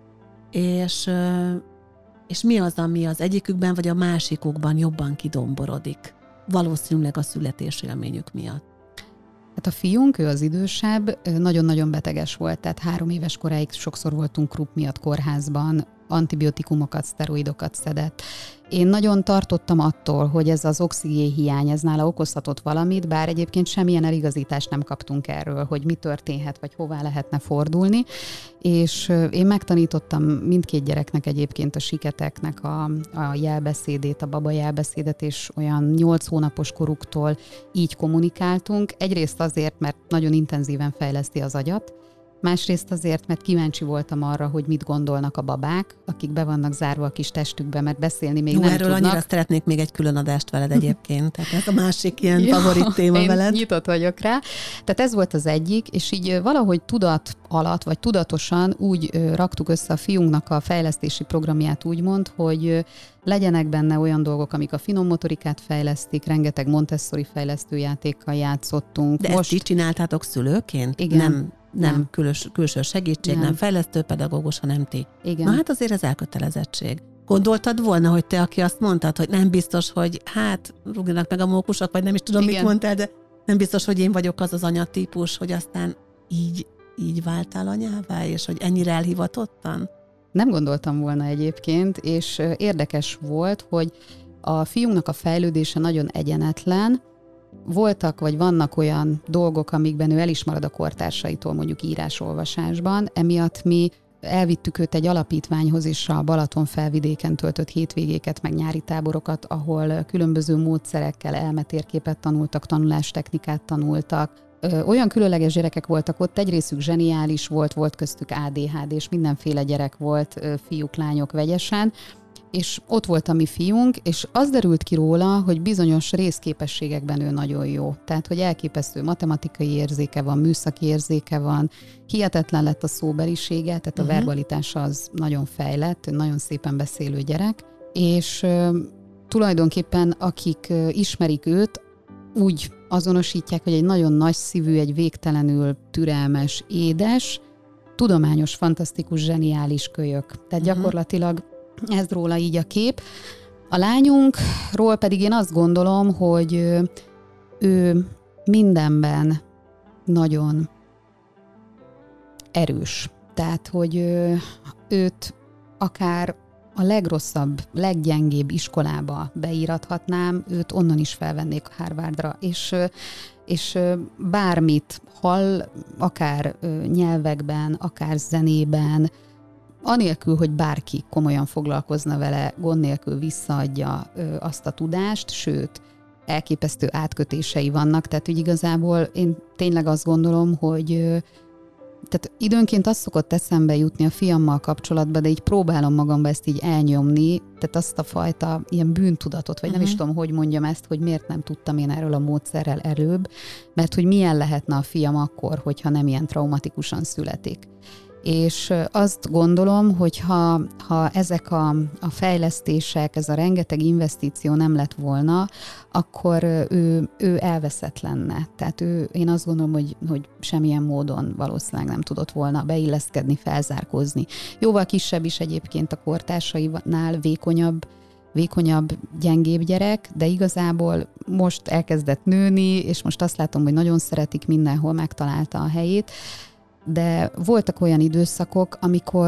és, ö, és mi az, ami az egyikükben vagy a másikukban jobban kidomborodik, valószínűleg a születésélményük miatt. Hát a fiunk, ő az idősebb, nagyon-nagyon beteges volt, tehát három éves koráig sokszor voltunk Krupp miatt kórházban, antibiotikumokat, szteroidokat szedett. Én nagyon tartottam attól, hogy ez az oxigénhiány, ez nála okozhatott valamit, bár egyébként semmilyen eligazítást nem kaptunk erről, hogy mi történhet, vagy hová lehetne fordulni, és én megtanítottam mindkét gyereknek egyébként a siketeknek a, a jelbeszédét, a baba jelbeszédet, és olyan nyolc hónapos koruktól így kommunikáltunk. Egyrészt azért, mert nagyon intenzíven fejleszti az agyat, másrészt azért, mert kíváncsi voltam arra, hogy mit gondolnak a babák, akik be vannak zárva a kis testükbe, mert beszélni még Jó, nem erről tudnak. annyira szeretnék még egy külön adást veled egyébként, tehát ez a másik ilyen ja, favorit téma én veled. nyitott vagyok rá. Tehát ez volt az egyik, és így valahogy tudat alatt, vagy tudatosan úgy raktuk össze a fiunknak a fejlesztési programját úgymond, hogy legyenek benne olyan dolgok, amik a finom motorikát fejlesztik, rengeteg Montessori fejlesztőjátékkal játszottunk. De Most... ezt így csináltátok szülőként? Igen. Nem, nem, nem. Külös, külső segítség, nem, nem fejlesztő pedagógus, hanem ti. Igen. Na hát azért ez elkötelezettség. Gondoltad volna, hogy te, aki azt mondtad, hogy nem biztos, hogy hát rúgjanak meg a mókusok, vagy nem is tudom, Igen. mit mondtál, de nem biztos, hogy én vagyok az az anyatípus, hogy aztán így, így váltál anyává, és hogy ennyire elhivatottan? Nem gondoltam volna egyébként, és érdekes volt, hogy a fiúnknak a fejlődése nagyon egyenetlen. Voltak, vagy vannak olyan dolgok, amikben ő el is marad a kortársaitól, mondjuk írás-olvasásban. Emiatt mi elvittük őt egy alapítványhoz, és a Balaton felvidéken töltött hétvégéket, meg nyári táborokat, ahol különböző módszerekkel elmetérképet tanultak, tanulástechnikát tanultak. Olyan különleges gyerekek voltak ott, egy részük zseniális volt, volt köztük á dé há dé, és mindenféle gyerek volt, fiúk, lányok vegyesen, és ott volt a mi fiunk, és az derült ki róla, hogy bizonyos részképességekben ő nagyon jó. Tehát, hogy elképesztő matematikai érzéke van, műszaki érzéke van, hihetetlen lett a szóbelisége, tehát a uh-huh. verbalitása az nagyon fejlett, nagyon szépen beszélő gyerek, és uh, tulajdonképpen akik uh, ismerik őt, úgy azonosítják, hogy egy nagyon nagy szívű, egy végtelenül türelmes, édes, tudományos, fantasztikus, zseniális kölyök. Tehát uh-huh. gyakorlatilag ez róla így a kép. A lányunkról pedig én azt gondolom, hogy ő, ő mindenben nagyon erős. Tehát, hogy ő, őt akár a legrosszabb, leggyengébb iskolába beírathatnám, őt onnan is felvennék a Harvardra, és, és bármit hall, akár nyelvekben, akár zenében, anélkül, hogy bárki komolyan foglalkozna vele, gond nélkül visszaadja azt a tudást, sőt, elképesztő átkötései vannak, tehát úgy igazából én tényleg azt gondolom, hogy tehát időnként azt szokott eszembe jutni a fiammal kapcsolatban, de így próbálom magamba ezt így elnyomni, tehát azt a fajta ilyen bűntudatot, vagy uh-huh. nem is tudom, hogy mondjam ezt, hogy miért nem tudtam én erről a módszerrel előbb, mert hogy milyen lehetne a fiam akkor, hogyha nem ilyen traumatikusan születik. És azt gondolom, hogy ha, ha ezek a, a fejlesztések, ez a rengeteg investíció nem lett volna, akkor ő, ő elveszett lenne. Tehát ő, én azt gondolom, hogy, hogy semmilyen módon valószínűleg nem tudott volna beilleszkedni, felzárkózni. Jóval kisebb is egyébként a kortársainál, vékonyabb, vékonyabb, gyengébb gyerek, de igazából most elkezdett nőni, és most azt látom, hogy nagyon szeretik, mindenhol megtalálta a helyét. De voltak olyan időszakok, amikor,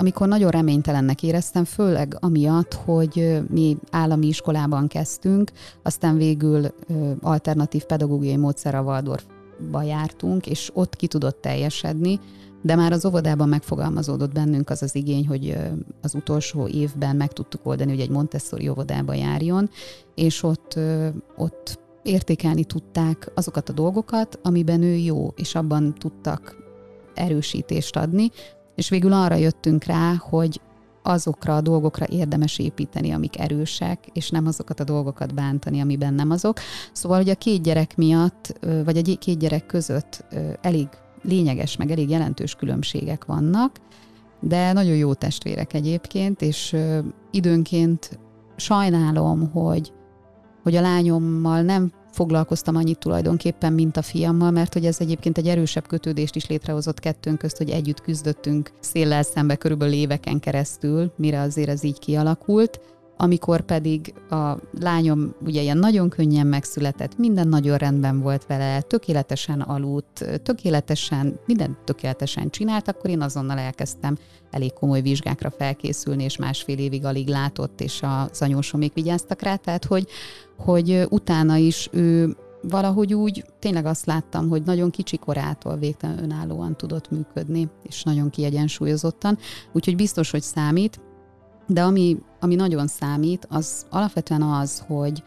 amikor nagyon reménytelennek éreztem, főleg amiatt, hogy mi állami iskolában kezdtünk, aztán végül alternatív pedagógiai módszerrel Waldorfba jártunk, és ott ki tudott teljesedni, de már az óvodában megfogalmazódott bennünk az az igény, hogy az utolsó évben meg tudtuk oldani, hogy egy Montessori óvodába járjon, és ott, ott értékelni tudták azokat a dolgokat, amiben ő jó, és abban tudtak erősítést adni, és végül arra jöttünk rá, hogy azokra a dolgokra érdemes építeni, amik erősek, és nem azokat a dolgokat bántani, amiben nem azok. Szóval, hogy a két gyerek miatt, vagy a két gyerek között elég lényeges, meg elég jelentős különbségek vannak, de nagyon jó testvérek egyébként, és időnként sajnálom, hogy, hogy a lányommal nem foglalkoztam annyit tulajdonképpen, mint a fiammal, mert hogy ez egyébként egy erősebb kötődést is létrehozott kettőnk közt, hogy együtt küzdöttünk széllel szembe körülbelül éveken keresztül, mire azért ez így kialakult. Amikor pedig a lányom ugye ilyen nagyon könnyen megszületett, minden nagyon rendben volt vele, tökéletesen aludt, tökéletesen, mindent tökéletesen csinált, akkor én azonnal elkezdtem elég komoly vizsgákra felkészülni, és másfél évig alig látott, és az anyósomék vigyáztak rá, tehát hogy, hogy utána is ő valahogy úgy, tényleg azt láttam, hogy nagyon kicsi korától végtelen önállóan tudott működni, és nagyon kiegyensúlyozottan, úgyhogy biztos, hogy számít. De ami, ami nagyon számít, az alapvetően az, hogy,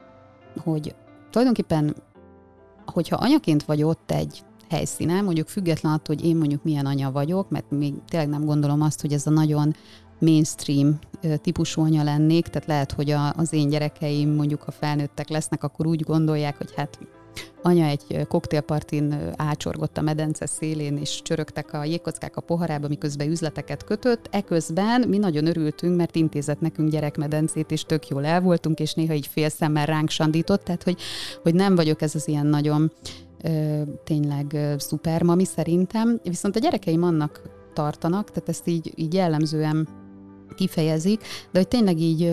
hogy tulajdonképpen, hogyha anyaként vagy ott egy helyszínen, mondjuk független attól, hogy én mondjuk milyen anya vagyok, mert még tényleg nem gondolom azt, hogy ez a nagyon mainstream típusú anya lennék, tehát lehet, hogy a, az én gyerekeim mondjuk, ha felnőttek lesznek, akkor úgy gondolják, hogy hát anya egy koktélpartin ácsorgott a medence szélén, és csörögtek a jégkockák a poharába, miközben üzleteket kötött. Eközben mi nagyon örültünk, mert intézett nekünk gyerekmedencét, és tök jól el voltunk, és néha így fél szemmel ránk sandított, tehát hogy, hogy nem vagyok ez az ilyen nagyon ö, tényleg ö, szuper mami szerintem. Viszont a gyerekeim annak tartanak, tehát ezt így, így jellemzően kifejezik, de hogy tényleg így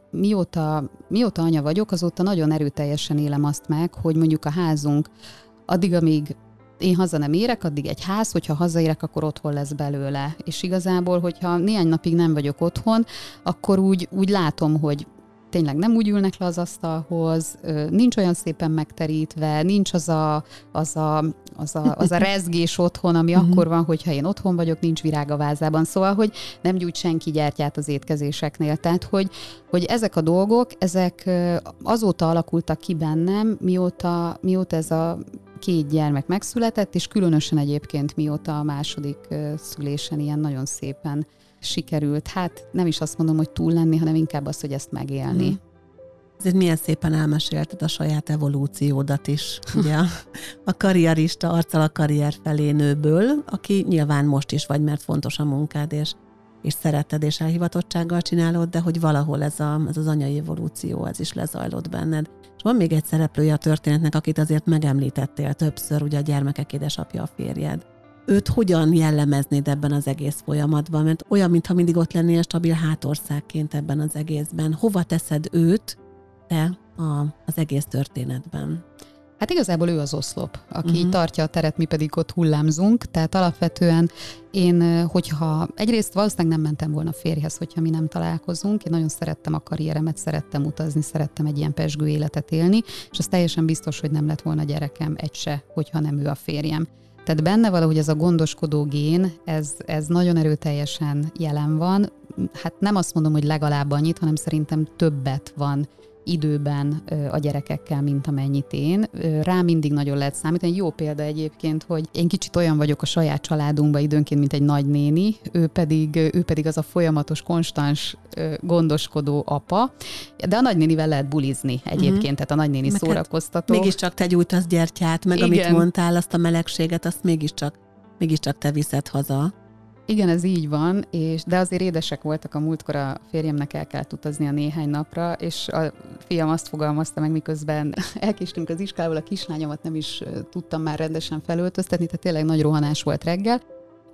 mióta, mióta anya vagyok, azóta nagyon erőteljesen élem azt meg, hogy mondjuk a házunk addig, amíg én haza nem érek, addig egy ház, hogyha hazaérek, akkor otthon lesz belőle. És igazából, hogyha néhány napig nem vagyok otthon, akkor úgy, úgy látom, hogy tényleg nem úgy ülnek le az asztalhoz, nincs olyan szépen megterítve, nincs az a, az a, az a, az a rezgés otthon, ami uh-huh. akkor van, hogyha én otthon vagyok, nincs virág a vázában. Szóval, hogy nem gyújt senki gyertyát az étkezéseknél. Tehát, hogy, hogy ezek a dolgok, ezek azóta alakultak ki bennem, mióta, mióta ez a két gyermek megszületett, és különösen egyébként mióta a második szülésen ilyen nagyon szépen sikerült. Hát nem is azt mondom, hogy túl lenni, hanem inkább az, hogy ezt megélni. Hmm. Ezért milyen szépen elmesélted a saját evolúciódat is, ugye? A karrierista arccal a karrier felé nőből, aki nyilván most is vagy, mert fontos a munkád, és, és szereted, és elhivatottsággal csinálod, de hogy valahol ez, a, ez az anyai evolúció, ez is lezajlott benned. És van még egy szereplője a történetnek, akit azért megemlítettél többször, ugye a gyermekek édesapja, a férjed. Őt hogyan jellemeznéd ebben az egész folyamatban? Mert olyan, mintha mindig ott lennél stabil hátországként ebben az egészben. Hova teszed őt te a, az egész történetben? Hát igazából ő az oszlop, aki uh-huh. tartja a teret, mi pedig ott hullámzunk. Tehát alapvetően én, hogyha egyrészt valószínűleg nem mentem volna férjhez, hogyha mi nem találkozunk. Én nagyon szerettem a karrieremet, szerettem utazni, szerettem egy ilyen pezsgő életet élni, és az teljesen biztos, hogy nem lett volna gyerekem egy se, hogyha nem ő a férjem. Tehát benne valahogy ez a gondoskodó gén, ez, ez nagyon erőteljesen jelen van. Hát nem azt mondom, hogy legalább annyit, hanem szerintem többet van időben a gyerekekkel, mint amennyit én. Rá mindig nagyon lehet számítani. Jó példa egyébként, hogy én kicsit olyan vagyok a saját családunkban időnként, mint egy nagynéni, ő pedig, ő pedig az a folyamatos, konstans gondoskodó apa, de a nagynénivel lehet bulizni egyébként, uh-huh. tehát a nagynéni meg szórakoztató. Hát mégiscsak te gyújtasz gyertyát, meg igen. amit mondtál, azt a melegséget, azt mégiscsak, mégiscsak te viszed haza. Igen, ez így van, és, de azért édesek voltak a múltkor, a férjemnek el kellett utaznia néhány napra, és a fiam azt fogalmazta meg, miközben elkéstünk az iskolából, a kislányomat nem is tudtam már rendesen felöltöztetni, tehát tényleg nagy rohanás volt reggel,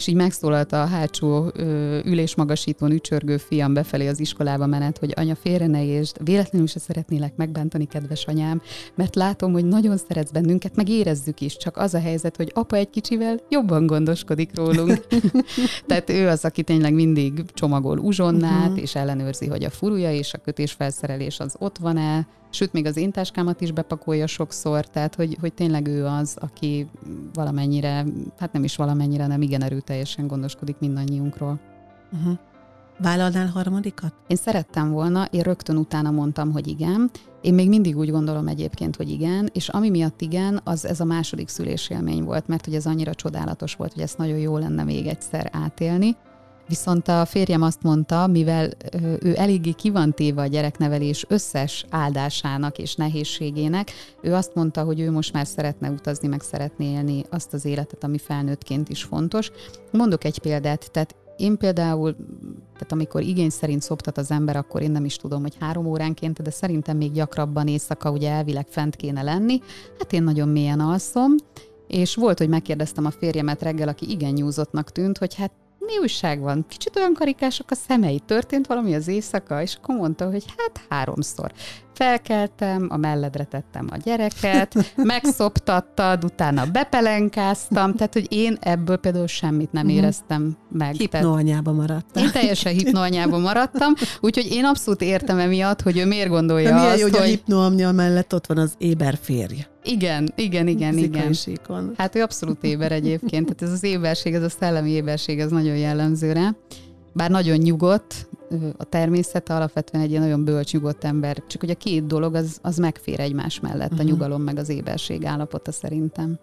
és így megszólalt a hátsó ö, ülésmagasítón ücsörgő fiam befelé az iskolába menet, hogy anya, félre ne értsd, véletlenül se szeretnélek megbántani, kedves anyám, mert látom, hogy nagyon szeretsz bennünket, meg érezzük is, csak az a helyzet, hogy apa egy kicsivel jobban gondoskodik rólunk. Tehát ő az, aki tényleg mindig csomagol uzsonnát, uh-huh. és ellenőrzi, hogy a furúja és a kötésfelszerelés az ott van-e, sőt, még az én táskámat is bepakolja sokszor, tehát hogy, hogy tényleg ő az, aki valamennyire, hát nem is valamennyire, nem igen erőteljesen gondoskodik mindannyiunkról. Uh-huh. Vállalnál harmadikat? Én szerettem volna, én rögtön utána mondtam, hogy igen. Én még mindig úgy gondolom egyébként, hogy igen, és ami miatt igen, az ez a második szülésélmény volt, mert hogy ez annyira csodálatos volt, hogy ezt nagyon jó lenne még egyszer átélni. Viszont a férjem azt mondta, mivel ő eléggé ki van téve a gyereknevelés összes áldásának és nehézségének, ő azt mondta, hogy ő most már szeretne utazni, meg szeretné élni azt az életet, ami felnőttként is fontos. Mondok egy példát, tehát én például, tehát amikor igény szerint szoptat az ember, akkor én nem is tudom, hogy három óránként, de szerintem még gyakrabban éjszaka, ugye elvileg fent kéne lenni. Hát én nagyon mélyen alszom, és volt, hogy megkérdeztem a férjemet reggel, aki igen nyúzottnak tűnt, hogy hát mi újság van? Kicsit olyan karikások a szemei. Történt valami az éjszaka? És akkor mondta, hogy hát háromszor. Felkeltem, a melledre tettem a gyereket, megszoptattad, utána bepelenkáztam, tehát, hogy én ebből például semmit nem éreztem meg. Hipnoanyába maradtam. Én teljesen hipnoanyába maradtam, úgyhogy én abszolút értem emiatt, hogy ő miért gondolja de milyen azt, jó, hogy... hogy... a hipnoanyja mellett ott van az éber férj. Igen, igen, igen, igen. Síkon. Hát ő abszolút éber egyébként, tehát ez az éberség, ez a szellemi éberség, ez nagyon jellemző rá. Bár nagyon nyugodt, a természete alapvetően egy ilyen nagyon bölcs, nyugodt ember, csak hogy a két dolog az, az megfér egymás mellett, uh-huh. a nyugalom meg az éberség állapota szerintem.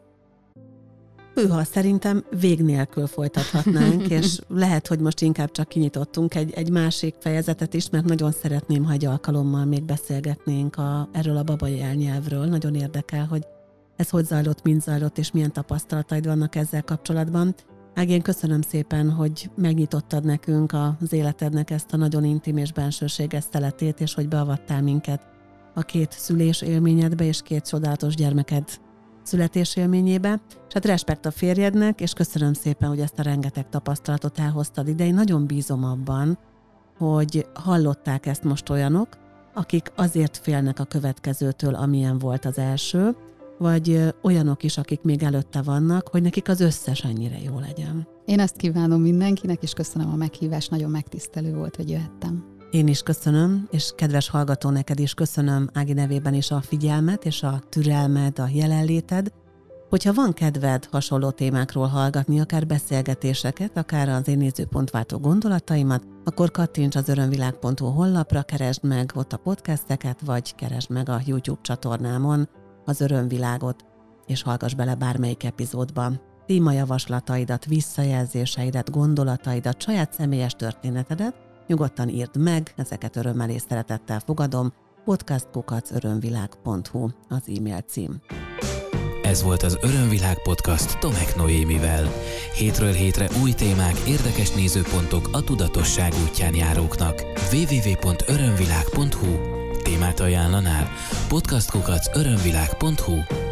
Hűha, szerintem vég nélkül folytathatnánk, és lehet, hogy most inkább csak kinyitottunk egy, egy másik fejezetet is, mert nagyon szeretném, ha egy alkalommal még beszélgetnénk a, erről a babai elnyelvről. Nagyon érdekel, hogy ez hogy zajlott, mint zajlott, és milyen tapasztalataid vannak ezzel kapcsolatban. Ági, én köszönöm szépen, hogy megnyitottad nekünk az életednek ezt a nagyon intim és bensőséges szeletét, és hogy beavattál minket a két szülés élményedbe, és két csodálatos gyermeked születés élményébe. És hát respekt a férjednek, és köszönöm szépen, hogy ezt a rengeteg tapasztalatot elhoztad ide. Én nagyon bízom abban, hogy hallották ezt most olyanok, akik azért félnek a következőtől, amilyen volt az első, vagy olyanok is, akik még előtte vannak, hogy nekik az összes annyira jó legyen. Én ezt kívánom mindenkinek, és köszönöm a meghívást, nagyon megtisztelő volt, hogy jöhettem. Én is köszönöm, és kedves hallgató, neked is köszönöm Ági nevében is a figyelmet, és a türelmed, a jelenléted. Hogyha van kedved hasonló témákról hallgatni, akár beszélgetéseket, akár az én nézőpontváltó gondolataimat, akkor kattints az örömvilág pont hu honlapra, keresd meg ott a podcasteket, vagy keresd meg a YouTube csatornámon az Örömvilágot, és hallgass bele bármelyik epizódba. Témajavaslataidat, visszajelzéseidet, gondolataidat, saját személyes történetedet nyugodtan írd meg, ezeket örömmel és szeretettel fogadom. podcast kukac örömvilág pont hu az e-mail cím. Ez volt az Örömvilág Podcast Tomek Noémivel. Hétről hétre új témák, érdekes nézőpontok a tudatosság útján járóknak. double-u double-u double-u pont örömvilág pont hu Témát ajánlanál? podcast kukac örömvilág pont hu